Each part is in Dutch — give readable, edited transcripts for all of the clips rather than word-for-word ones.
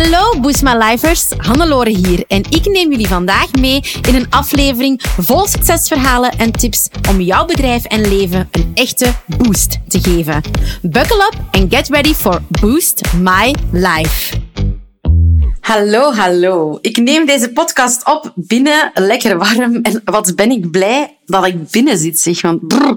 Hallo Boost My Lifers, Hannelore hier en ik neem jullie vandaag mee in een aflevering vol succesverhalen en tips om jouw bedrijf en leven een echte boost te geven. Buckle up and get ready for Boost My Life. Hallo. Ik neem deze podcast op binnen, lekker warm. En wat ben ik blij dat ik binnen zit, zeg. Want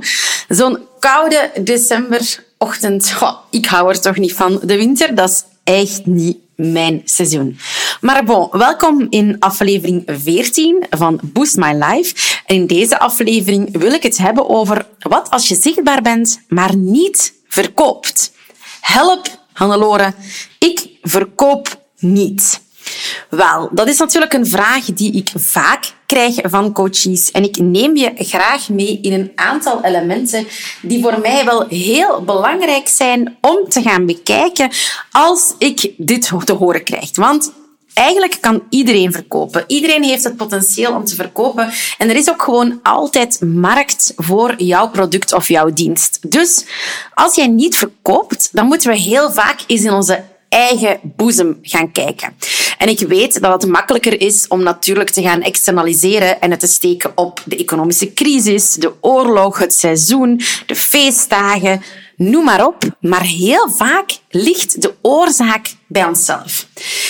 zo'n koude decemberochtend, ik hou er toch niet van. De winter, dat is echt niet mijn seizoen. Maar bon, welkom in aflevering 14 van Boost My Life. En in deze aflevering wil ik het hebben over wat als je zichtbaar bent, maar niet verkoopt. Help, Hannelore, ik verkoop niet. Wel, dat is natuurlijk een vraag die ik vaak krijg van coaches en ik neem je graag mee in een aantal elementen die voor mij wel heel belangrijk zijn om te gaan bekijken als ik dit te horen krijg. Want eigenlijk kan iedereen verkopen. Iedereen heeft het potentieel om te verkopen en er is ook gewoon altijd markt voor jouw product of jouw dienst. Dus als jij niet verkoopt, dan moeten we heel vaak eens in onze eigen boezem gaan kijken. En ik weet dat het makkelijker is om natuurlijk te gaan externaliseren en het te steken op de economische crisis, de oorlog, het seizoen, de feestdagen, noem maar op. Maar heel vaak ligt de oorzaak bij onszelf.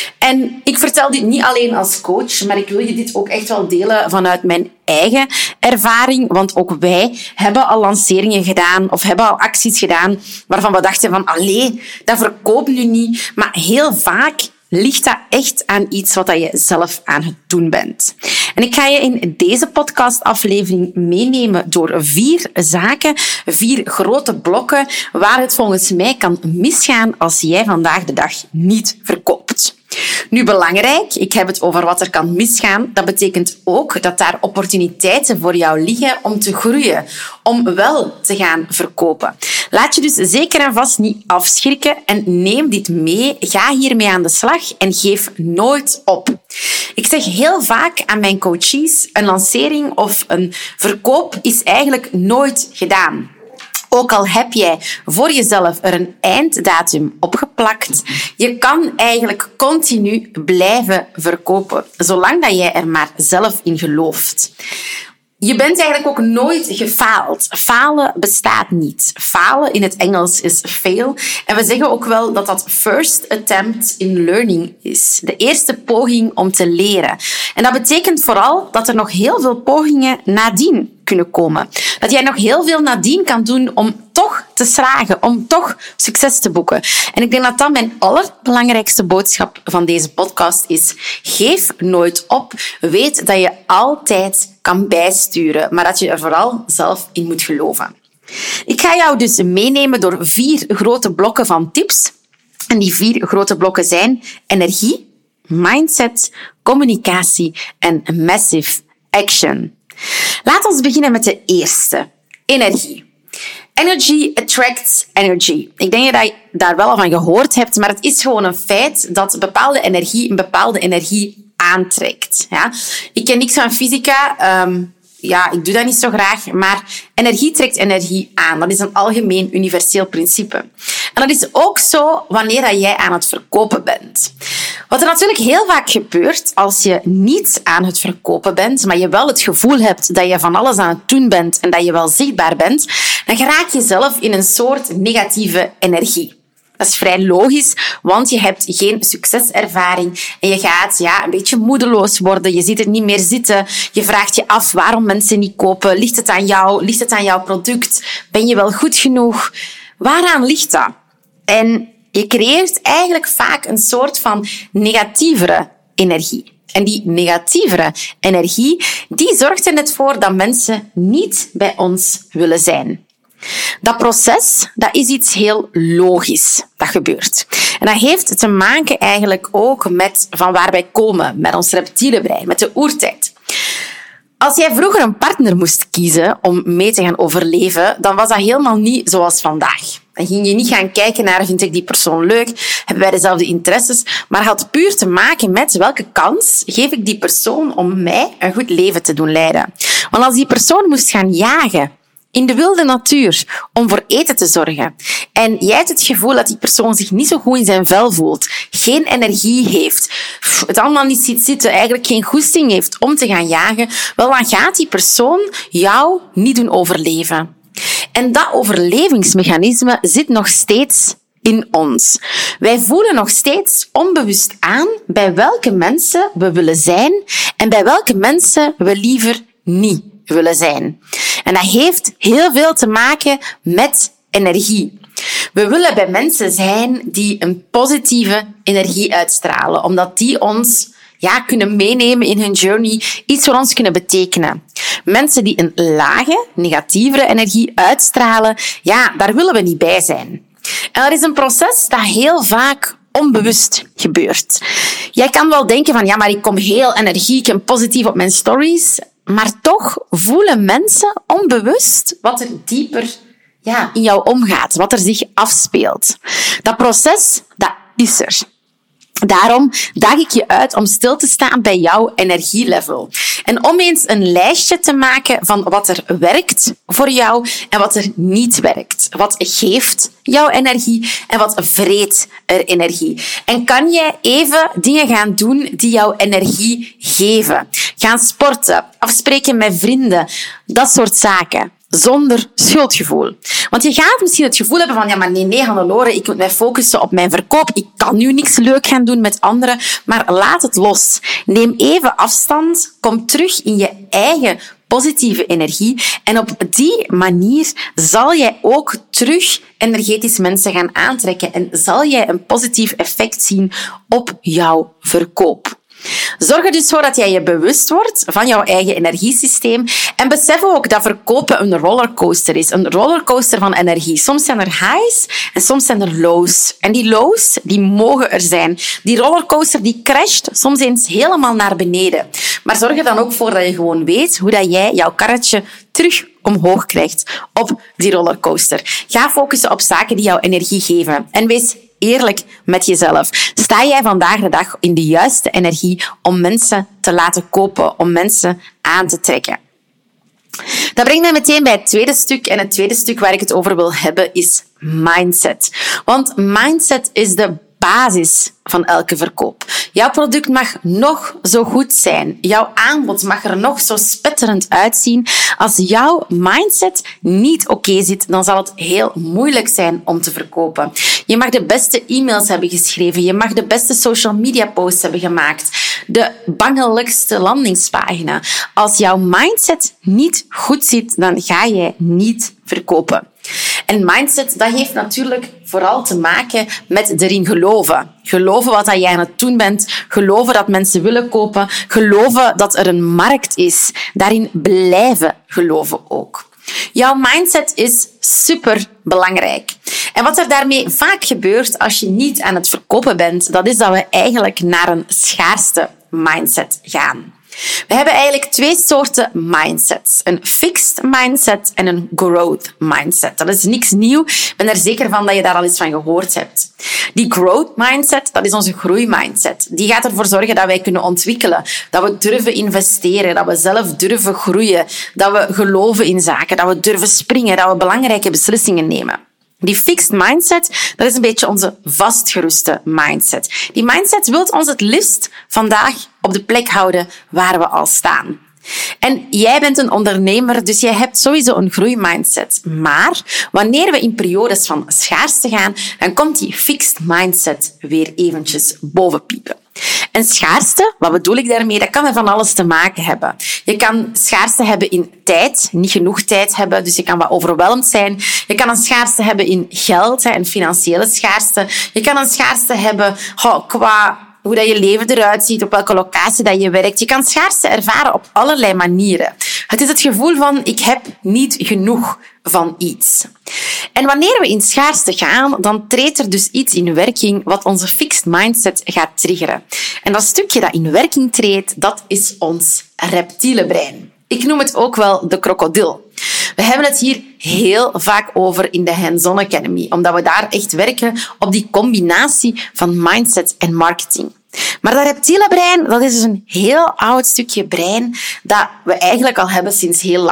En ik vertel dit niet alleen als coach, maar ik wil je dit ook echt wel delen vanuit mijn eigen ervaring. Want ook wij hebben al lanceringen gedaan of hebben al acties gedaan waarvan we dachten van, allee, dat verkoopt nu niet. Maar heel vaak ligt dat echt aan iets wat je zelf aan het doen bent. En ik ga je in deze podcastaflevering meenemen door 4 zaken, 4 grote blokken waar het volgens mij kan misgaan als jij vandaag de dag niet verkoopt. Nu belangrijk, ik heb het over wat er kan misgaan. Dat betekent ook dat daar opportuniteiten voor jou liggen om te groeien, om wel te gaan verkopen. Laat je dus zeker en vast niet afschrikken en neem dit mee. Ga hiermee aan de slag en geef nooit op. Ik zeg heel vaak aan mijn coaches, een lancering of een verkoop is eigenlijk nooit gedaan. Ook al heb jij voor jezelf er een einddatum opgeplakt, je kan eigenlijk continu blijven verkopen, zolang dat jij er maar zelf in gelooft. Je bent eigenlijk ook nooit gefaald. Falen bestaat niet. Falen in het Engels is fail. En we zeggen ook wel dat dat first attempt in learning is. De eerste poging om te leren. En dat betekent vooral dat er nog heel veel pogingen nadien kunnen komen. Dat jij nog heel veel nadien kan doen om toch te slagen, om toch succes te boeken. En ik denk dat dat mijn allerbelangrijkste boodschap van deze podcast is. Geef nooit op. Weet dat je altijd kan bijsturen, maar dat je er vooral zelf in moet geloven. Ik ga jou dus meenemen door 4 grote blokken van tips. En die 4 grote blokken zijn energie, mindset, communicatie en massive action. Laten we beginnen met de eerste. Energie. Energy attracts energy. Ik denk dat je daar wel al van gehoord hebt, maar het is gewoon een feit dat bepaalde energie een bepaalde energie aantrekt. Ja? Ik ken niks van fysica. Ik doe dat niet zo graag, maar energie trekt energie aan. Dat is een algemeen universeel principe. En dat is ook zo wanneer dat jij aan het verkopen bent. Wat er natuurlijk heel vaak gebeurt als je niet aan het verkopen bent, maar je wel het gevoel hebt dat je van alles aan het doen bent en dat je wel zichtbaar bent, dan geraak je zelf in een soort negatieve energie. Dat is vrij logisch, want je hebt geen succeservaring en je gaat een beetje moedeloos worden. Je ziet het niet meer zitten. Je vraagt je af waarom mensen niet kopen. Ligt het aan jou? Ligt het aan jouw product? Ben je wel goed genoeg? Waaraan ligt dat? En je creëert eigenlijk vaak een soort van negatievere energie. En die negatievere energie, die zorgt er net voor dat mensen niet bij ons willen zijn. Dat proces, dat is iets heel logisch dat gebeurt. En dat heeft te maken eigenlijk ook met van waar wij komen, met ons reptiele brein, met de oertijd. Als jij vroeger een partner moest kiezen om mee te gaan overleven, dan was dat helemaal niet zoals vandaag. Dan ging je niet gaan kijken naar, vind ik die persoon leuk, hebben wij dezelfde interesses, maar had puur te maken met welke kans geef ik die persoon om mij een goed leven te doen leiden. Want als die persoon moest gaan jagen in de wilde natuur om voor eten te zorgen en jij hebt het gevoel dat die persoon zich niet zo goed in zijn vel voelt, geen energie heeft, het allemaal niet ziet zitten, eigenlijk geen goesting heeft om te gaan jagen, wel dan gaat die persoon jou niet doen overleven. En dat overlevingsmechanisme zit nog steeds in ons. Wij voelen nog steeds onbewust aan bij welke mensen we willen zijn en bij welke mensen we liever niet willen zijn. En dat heeft heel veel te maken met energie. We willen bij mensen zijn die een positieve energie uitstralen, omdat die ons kunnen meenemen in hun journey, iets voor ons kunnen betekenen. Mensen die een lage, negatievere energie uitstralen, daar willen we niet bij zijn. En dat is een proces dat heel vaak onbewust gebeurt. Jij kan wel denken van, maar ik kom heel energiek en positief op mijn stories, maar toch voelen mensen onbewust wat er dieper in jou omgaat, wat er zich afspeelt. Dat proces, dat is er. Daarom daag ik je uit om stil te staan bij jouw energielevel. En om eens een lijstje te maken van wat er werkt voor jou en wat er niet werkt. Wat geeft jouw energie en wat vreet er energie. En kan jij even dingen gaan doen die jouw energie geven? Gaan sporten, afspreken met vrienden, dat soort zaken. Zonder schuldgevoel. Want je gaat misschien het gevoel hebben van, maar nee, Hannelore, ik moet mij focussen op mijn verkoop. Ik kan nu niks leuk gaan doen met anderen, maar laat het los. Neem even afstand, kom terug in je eigen positieve energie en op die manier zal jij ook terug energetisch mensen gaan aantrekken en zal jij een positief effect zien op jouw verkoop. Zorg er dus voor dat jij je bewust wordt van jouw eigen energiesysteem en besef ook dat verkopen een rollercoaster is. Een rollercoaster van energie. Soms zijn er highs en soms zijn er lows. En die lows, die mogen er zijn. Die rollercoaster, die crasht soms eens helemaal naar beneden. Maar zorg er dan ook voor dat je gewoon weet hoe dat jij jouw karretje terug omhoog krijgt op die rollercoaster. Ga focussen op zaken die jou energie geven. En wees eerlijk met jezelf. Sta jij vandaag de dag in de juiste energie om mensen te laten kopen, om mensen aan te trekken? Dat brengt mij meteen bij het tweede stuk. En het tweede stuk waar ik het over wil hebben is mindset. Want mindset is de basis van elke verkoop. Jouw product mag nog zo goed zijn. Jouw aanbod mag er nog zo spetterend uitzien. Als jouw mindset niet oké zit, dan zal het heel moeilijk zijn om te verkopen. Je mag de beste e-mails hebben geschreven. Je mag de beste social media posts hebben gemaakt. De bangelijkste landingspagina. Als jouw mindset niet goed zit, dan ga jij niet verkopen. En mindset, dat heeft natuurlijk vooral te maken met erin geloven. Geloven wat jij aan het doen bent. Geloven dat mensen willen kopen. Geloven dat er een markt is. Daarin blijven geloven ook. Jouw mindset is super belangrijk. En wat er daarmee vaak gebeurt als je niet aan het verkopen bent, dat is dat we eigenlijk naar een schaarste mindset gaan. We hebben eigenlijk twee soorten mindsets. Een fixed mindset en een growth mindset. Dat is niks nieuw. Ik ben er zeker van dat je daar al eens van gehoord hebt. Die growth mindset, dat is onze groeimindset. Die gaat ervoor zorgen dat wij kunnen ontwikkelen. Dat we durven investeren. Dat we zelf durven groeien. Dat we geloven in zaken. Dat we durven springen. Dat we belangrijke beslissingen nemen. Die fixed mindset, dat is een beetje onze vastgeroeste mindset. Die mindset wil ons het liefst vandaag op de plek houden waar we al staan. En jij bent een ondernemer, dus jij hebt sowieso een groeimindset. Maar wanneer we in periodes van schaarste gaan, dan komt die fixed mindset weer eventjes bovenpiepen. En schaarste, wat bedoel ik daarmee? Dat kan met van alles te maken hebben. Je kan schaarste hebben in tijd, niet genoeg tijd hebben, dus je kan wat overweldigd zijn. Je kan een schaarste hebben in geld, een financiële schaarste. Je kan een schaarste hebben qua hoe dat je leven eruit ziet, op welke locatie dat je werkt. Je kan schaarste ervaren op allerlei manieren. Het is het gevoel van, ik heb niet genoeg van iets. En wanneer we in schaarste gaan, dan treedt er dus iets in werking wat onze fixed mindset gaat triggeren. En dat stukje dat in werking treedt, dat is ons reptiele brein. Ik noem het ook wel de krokodil. We hebben het hier heel vaak over in de Hands-on Academy, omdat we daar echt werken op die combinatie van mindset en marketing. Maar dat reptiele brein, dat is dus een heel oud stukje brein dat we eigenlijk al hebben sinds heel lang.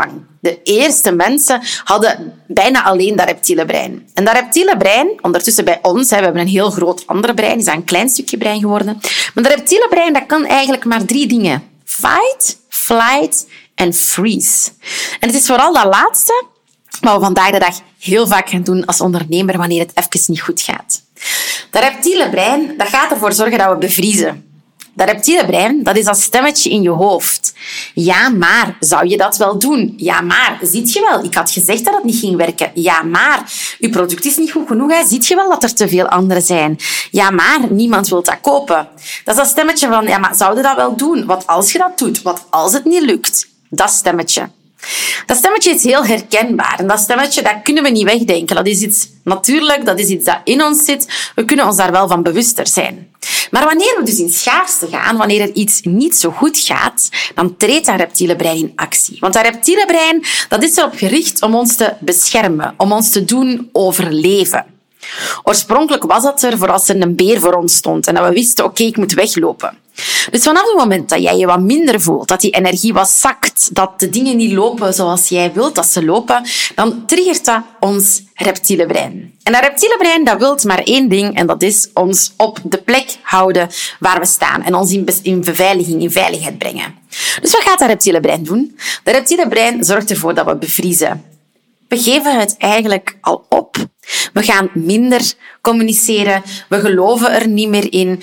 de eerste mensen hadden bijna alleen dat reptiele brein. En dat reptiele brein, ondertussen bij ons, we hebben een heel groot ander brein, is dat een klein stukje brein geworden. Maar dat reptiele brein, dat kan eigenlijk maar 3 dingen. Fight, flight en freeze. En het is vooral dat laatste wat we vandaag de dag heel vaak gaan doen als ondernemer wanneer het even niet goed gaat. Dat reptiele brein, dat gaat ervoor zorgen dat we bevriezen. Dat reptiele brein, dat is dat stemmetje in je hoofd. Ja, maar zou je dat wel doen? Ja, maar ziet je wel, ik had gezegd dat het niet ging werken. Ja, maar uw product is niet goed genoeg. Hè? Ziet je wel dat er te veel anderen zijn? Ja, maar niemand wil dat kopen. Dat is dat stemmetje van, ja, maar zou je dat wel doen? Wat als je dat doet? Wat als het niet lukt? Dat stemmetje. Dat stemmetje is heel herkenbaar. En dat stemmetje, dat kunnen we niet wegdenken. Dat is iets natuurlijk, dat is iets dat in ons zit. We kunnen ons daar wel van bewuster zijn. Maar wanneer we dus in schaarste gaan, wanneer er iets niet zo goed gaat, dan treedt dat reptiele brein in actie. Want dat reptiele brein, dat is erop gericht om ons te beschermen, om ons te doen overleven. Oorspronkelijk was dat er voor als er een beer voor ons stond en dat we wisten, oké, ik moet weglopen. Dus vanaf het moment dat jij je wat minder voelt, dat die energie wat zakt, dat de dingen niet lopen zoals jij wilt dat ze lopen, dan triggert dat ons reptiele brein. En dat reptiele brein, dat wil maar 1 ding en dat is ons op de plek houden waar we staan en ons in beveiliging, in veiligheid brengen. Dus wat gaat dat reptiele brein doen? Dat reptiele brein zorgt ervoor dat we bevriezen. We geven het eigenlijk al op. We gaan minder communiceren. We geloven er niet meer in.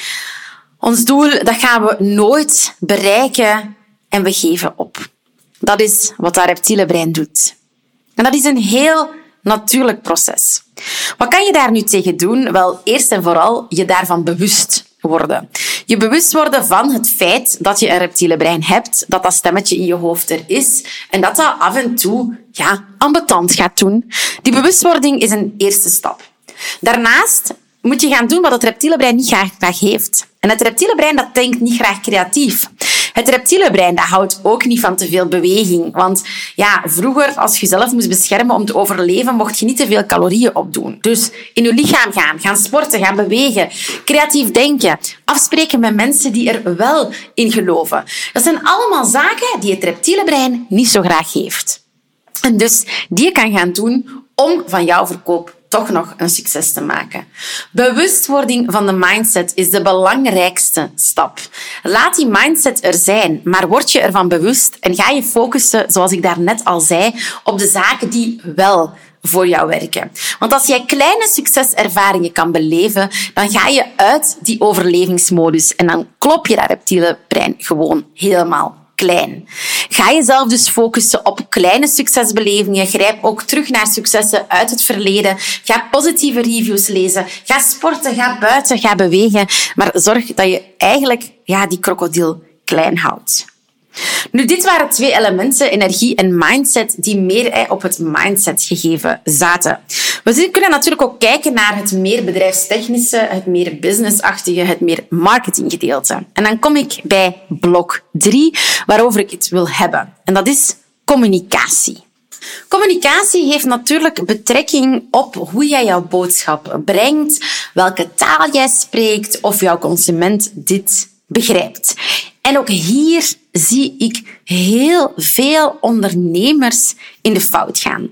Ons doel, dat gaan we nooit bereiken en we geven op. Dat is wat dat reptiele brein doet. En dat is een heel natuurlijk proces. Wat kan je daar nu tegen doen? Wel, eerst en vooral je daarvan bewust worden. Je bewust worden van het feit dat je een reptiele brein hebt, dat dat stemmetje in je hoofd er is en dat dat af en toe ambetant gaat doen. Die bewustwording is een eerste stap. Daarnaast moet je gaan doen wat het reptiele brein niet graag heeft. En het reptiele brein dat denkt niet graag creatief. Het reptiele brein dat houdt ook niet van te veel beweging. Want vroeger, als je jezelf moest beschermen om te overleven, mocht je niet te veel calorieën opdoen. Dus in je lichaam gaan sporten, gaan bewegen, creatief denken, afspreken met mensen die er wel in geloven. Dat zijn allemaal zaken die het reptiele brein niet zo graag heeft. En dus die je kan gaan doen om van jouw verkoop toch nog een succes te maken. Bewustwording van de mindset is de belangrijkste stap. Laat die mindset er zijn, maar word je ervan bewust en ga je focussen, zoals ik daarnet al zei, op de zaken die wel voor jou werken. Want als jij kleine succeservaringen kan beleven, dan ga je uit die overlevingsmodus en dan klop je dat reptiele brein gewoon helemaal klein. Ga jezelf dus focussen op kleine succesbelevingen. Grijp ook terug naar successen uit het verleden. Ga positieve reviews lezen. Ga sporten, ga buiten, ga bewegen. Maar zorg dat je eigenlijk die krokodil klein houdt. Nu, dit waren 2 elementen, energie en mindset, die meer op het mindset gegeven zaten. We kunnen natuurlijk ook kijken naar het meer bedrijfstechnische, het meer businessachtige, het meer marketinggedeelte. En dan kom ik bij blok 3, waarover ik het wil hebben. En dat is communicatie. Communicatie heeft natuurlijk betrekking op hoe jij jouw boodschap brengt, welke taal jij spreekt, of jouw consument dit begrijpt. En ook hier zie ik heel veel ondernemers in de fout gaan.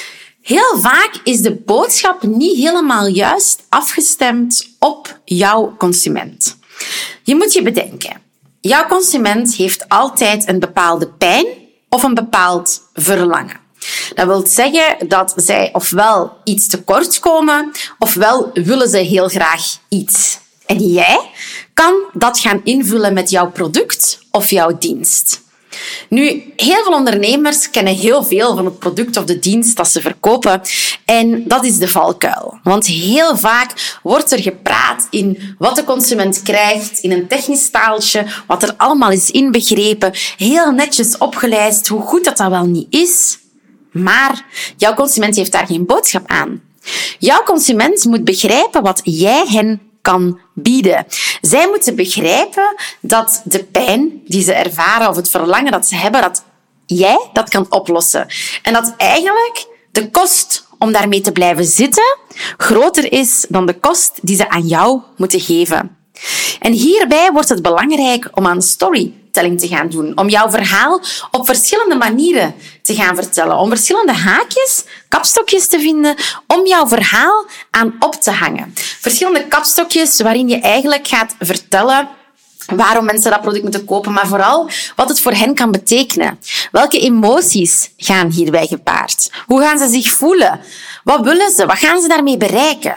Heel vaak is de boodschap niet helemaal juist afgestemd op jouw consument. Je moet je bedenken, jouw consument heeft altijd een bepaalde pijn of een bepaald verlangen. Dat wil zeggen dat zij ofwel iets tekort komen, ofwel willen ze heel graag iets. En jij kan dat gaan invullen met jouw product of jouw dienst. Nu, heel veel ondernemers kennen heel veel van het product of de dienst dat ze verkopen. En dat is de valkuil. Want heel vaak wordt er gepraat in wat de consument krijgt, in een technisch taaltje, wat er allemaal is inbegrepen, heel netjes opgelijst, hoe goed dat wel niet is. Maar jouw consument heeft daar geen boodschap aan. Jouw consument moet begrijpen wat jij hen kan bieden. Zij moeten begrijpen dat de pijn die ze ervaren of het verlangen dat ze hebben, dat jij dat kan oplossen. En dat eigenlijk de kost om daarmee te blijven zitten groter is dan de kost die ze aan jou moeten geven. En hierbij wordt het belangrijk om aan story storytelling te gaan doen. Om jouw verhaal op verschillende manieren te gaan vertellen. Om verschillende haakjes, kapstokjes te vinden om jouw verhaal aan op te hangen. Verschillende kapstokjes waarin je eigenlijk gaat vertellen waarom mensen dat product moeten kopen, maar vooral wat het voor hen kan betekenen. Welke emoties gaan hierbij gepaard? Hoe gaan ze zich voelen? Wat willen ze? Wat gaan ze daarmee bereiken?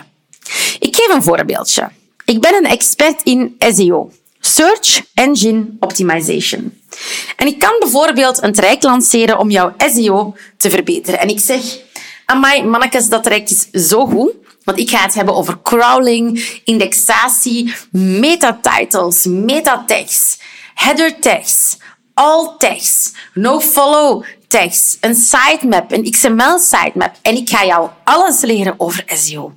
Ik geef een voorbeeldje. Ik ben een expert in SEO, Search Engine Optimization. En ik kan bijvoorbeeld een traject lanceren om jouw SEO te verbeteren. En ik zeg, amai, mannetjes, dat traject is zo goed. Want ik ga het hebben over crawling, indexatie, meta-titles, meta-tags, header tags, alt tags, no-follow tags, een sitemap, een XML-sitemap. En ik ga jou alles leren over SEO.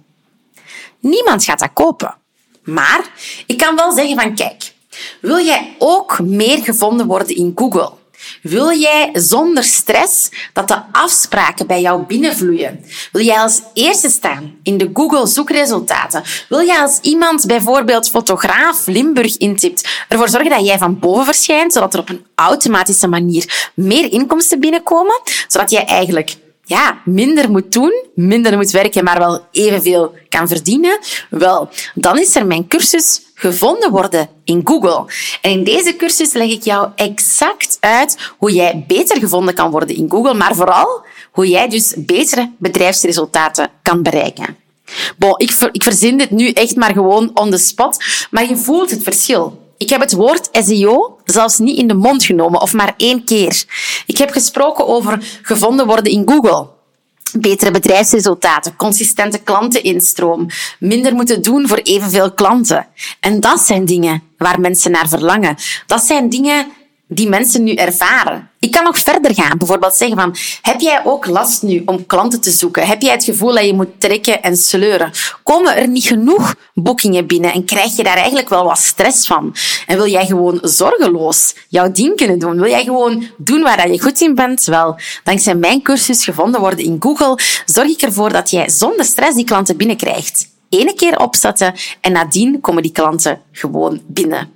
Niemand gaat dat kopen. Maar ik kan wel zeggen van, kijk, wil jij ook meer gevonden worden in Google? Wil jij zonder stress dat de afspraken bij jou binnenvloeien? Wil jij als eerste staan in de Google zoekresultaten? Wil jij als iemand bijvoorbeeld fotograaf Limburg intipt, ervoor zorgen dat jij van boven verschijnt, zodat er op een automatische manier meer inkomsten binnenkomen, zodat jij eigenlijk minder moet doen, minder moet werken, maar wel evenveel kan verdienen? Wel, dan is er mijn cursus Gevonden worden in Google. En in deze cursus leg ik jou exact uit hoe jij beter gevonden kan worden in Google, maar vooral hoe jij dus betere bedrijfsresultaten kan bereiken. Bon, ik verzin dit nu echt maar gewoon on the spot, maar je voelt het verschil. Ik heb het woord SEO zelfs niet in de mond genomen, of maar 1 keer. Ik heb gesproken over gevonden worden in Google. Betere bedrijfsresultaten, consistente klanteninstroom, minder moeten doen voor evenveel klanten. En dat zijn dingen waar mensen naar verlangen. Dat zijn dingen die mensen nu ervaren. Ik kan nog verder gaan. Bijvoorbeeld zeggen van, heb jij ook last nu om klanten te zoeken? Heb jij het gevoel dat je moet trekken en sleuren? Komen er niet genoeg boekingen binnen en krijg je daar eigenlijk wel wat stress van? En wil jij gewoon zorgeloos jouw ding kunnen doen? Wil jij gewoon doen waar je goed in bent? Wel, dankzij mijn cursus Gevonden worden in Google zorg ik ervoor dat jij zonder stress die klanten binnenkrijgt. 1 keer opzetten en nadien komen die klanten gewoon binnen.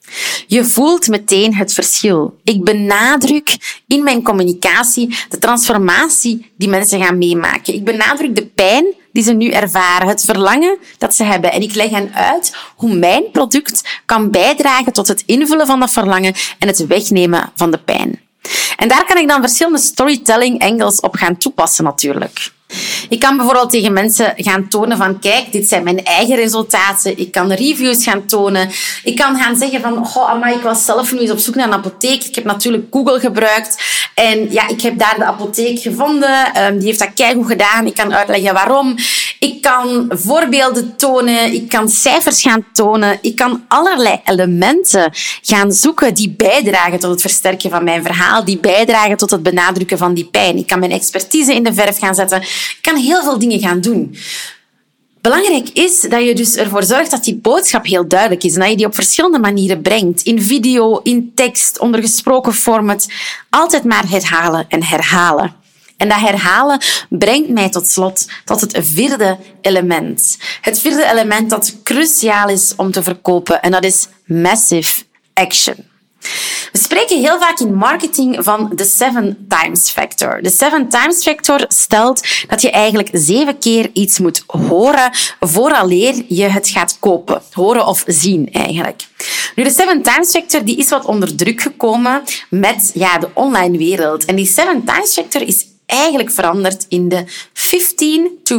Je voelt meteen het verschil. Ik benadruk in mijn communicatie de transformatie die mensen gaan meemaken. Ik benadruk de pijn die ze nu ervaren, het verlangen dat ze hebben. En ik leg hen uit hoe mijn product kan bijdragen tot het invullen van dat verlangen en het wegnemen van de pijn. En daar kan ik dan verschillende storytelling angles op gaan toepassen natuurlijk. Ik kan bijvoorbeeld tegen mensen gaan tonen van, kijk, dit zijn mijn eigen resultaten. Ik kan reviews gaan tonen. Ik kan gaan zeggen van, amai, ik was zelf nu eens op zoek naar een apotheek. Ik heb natuurlijk Google gebruikt. En ik heb daar de apotheek gevonden. Die heeft dat keigoed gedaan. Ik kan uitleggen waarom. Ik kan voorbeelden tonen. Ik kan cijfers gaan tonen. Ik kan allerlei elementen gaan zoeken die bijdragen tot het versterken van mijn verhaal. Die bijdragen tot het benadrukken van die pijn. Ik kan mijn expertise in de verf gaan zetten. Ik kan heel veel dingen gaan doen. Belangrijk is dat je dus ervoor zorgt dat die boodschap heel duidelijk is en dat je die op verschillende manieren brengt. In video, in tekst, onder gesproken format. Altijd maar herhalen en herhalen. En dat herhalen brengt mij tot slot tot het 4e element. Het 4e element dat cruciaal is om te verkopen en dat is massive action. We spreken heel vaak in marketing van de 7 times factor. De 7 times factor stelt dat je eigenlijk 7 keer iets moet horen vooraleer je het gaat kopen. Horen of zien eigenlijk. Nu, de 7 times factor die is wat onder druk gekomen met de online wereld. En die 7 times factor is eigenlijk veranderd in de 15 to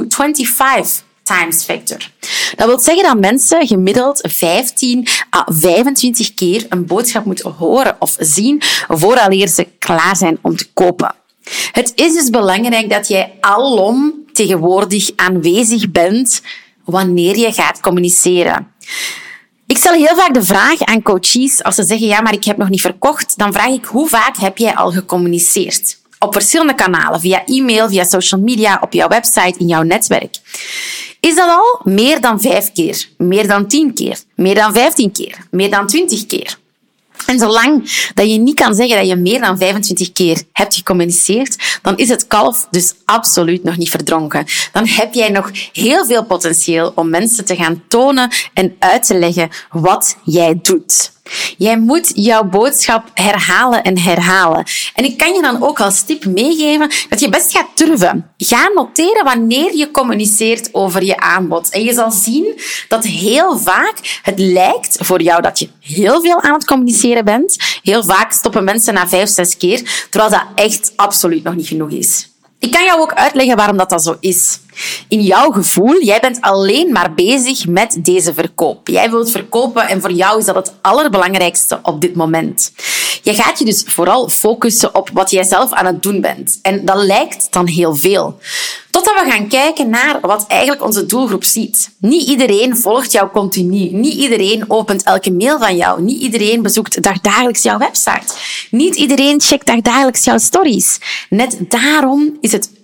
25 times factor. Dat wil zeggen dat mensen gemiddeld 15 à 25 keer een boodschap moeten horen of zien vooraleer ze klaar zijn om te kopen. Het is dus belangrijk dat jij alom tegenwoordig aanwezig bent wanneer je gaat communiceren. Ik stel heel vaak de vraag aan coaches als ze zeggen maar ik heb nog niet verkocht, dan vraag ik hoe vaak heb jij al gecommuniceerd? Op verschillende kanalen, via e-mail, via social media, op jouw website, in jouw netwerk. Is dat al meer dan 5 keer, meer dan 10 keer, meer dan 15 keer, meer dan 20 keer? En zolang dat je niet kan zeggen dat je meer dan 25 keer hebt gecommuniceerd, dan is het kalf dus absoluut nog niet verdronken. Dan heb jij nog heel veel potentieel om mensen te gaan tonen en uit te leggen wat jij doet. Jij moet jouw boodschap herhalen en herhalen. En ik kan je dan ook als tip meegeven dat je best gaat durven. Ga noteren wanneer je communiceert over je aanbod. En je zal zien dat heel vaak het lijkt voor jou dat je heel veel aan het communiceren bent. Heel vaak stoppen mensen na 5-6 keer, terwijl dat echt absoluut nog niet genoeg is. Ik kan jou ook uitleggen waarom dat zo is. In jouw gevoel, jij bent alleen maar bezig met deze verkoop. Jij wilt verkopen en voor jou is dat het allerbelangrijkste op dit moment. Je gaat je dus vooral focussen op wat jij zelf aan het doen bent. En dat lijkt dan heel veel. Totdat we gaan kijken naar wat eigenlijk onze doelgroep ziet. Niet iedereen volgt jou continu. Niet iedereen opent elke mail van jou. Niet iedereen bezoekt dagdagelijks jouw website. Niet iedereen checkt dagdagelijks jouw stories. Net daarom is het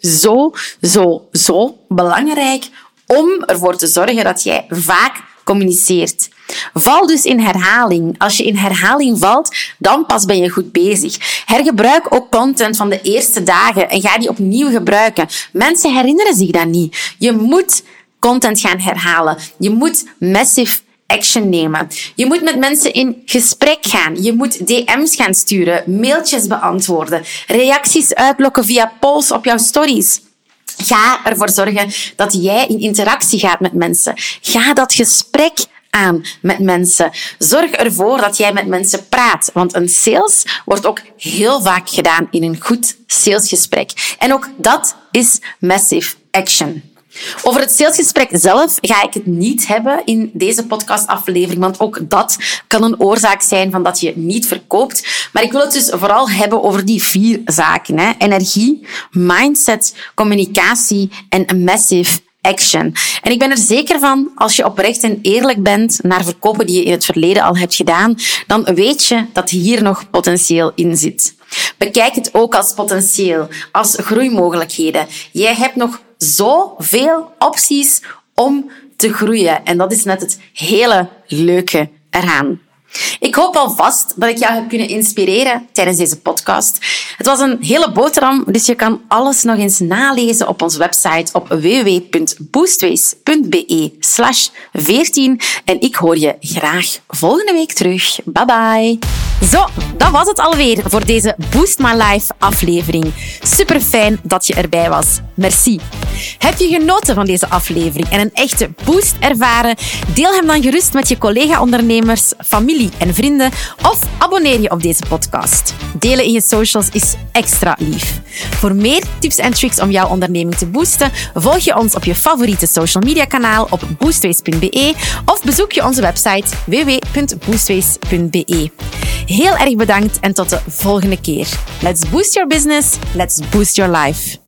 zo belangrijk om ervoor te zorgen dat jij vaak communiceert. Val dus in herhaling. Als je in herhaling valt, dan pas ben je goed bezig. Hergebruik ook content van de eerste dagen en ga die opnieuw gebruiken. Mensen herinneren zich dat niet. Je moet content gaan herhalen. Je moet massive action nemen. Je moet met mensen in gesprek gaan. Je moet DM's gaan sturen, mailtjes beantwoorden, reacties uitlokken via polls op jouw stories. Ga ervoor zorgen dat jij in interactie gaat met mensen. Ga dat gesprek aan met mensen. Zorg ervoor dat jij met mensen praat. Want een sales wordt ook heel vaak gedaan in een goed salesgesprek. En ook dat is massive action. Over het salesgesprek zelf ga ik het niet hebben in deze podcastaflevering, want ook dat kan een oorzaak zijn van dat je niet verkoopt. Maar ik wil het dus vooral hebben over die 4 zaken. Energie, mindset, communicatie en massive action. En ik ben er zeker van, als je oprecht en eerlijk bent naar verkopen die je in het verleden al hebt gedaan, dan weet je dat hier nog potentieel in zit. Bekijk het ook als potentieel, als groeimogelijkheden. Jij hebt nog zoveel opties om te groeien. En dat is net het hele leuke eraan. Ik hoop alvast dat ik jou heb kunnen inspireren tijdens deze podcast. Het was een hele boterham, dus je kan alles nog eens nalezen op onze website op www.boostways.be/14. En ik hoor je graag volgende week terug. Bye bye. Zo, dat was het alweer voor deze Boost My Life aflevering. Super fijn dat je erbij was. Merci. Heb je genoten van deze aflevering en een echte boost ervaren? Deel hem dan gerust met je collega-ondernemers, familie en vrienden of abonneer je op deze podcast. Delen in je socials is extra lief. Voor meer tips en tricks om jouw onderneming te boosten, volg je ons op je favoriete social media kanaal op boostways.be of bezoek je onze website www.boostways.be. Heel erg bedankt en tot de volgende keer. Let's boost your business, let's boost your life.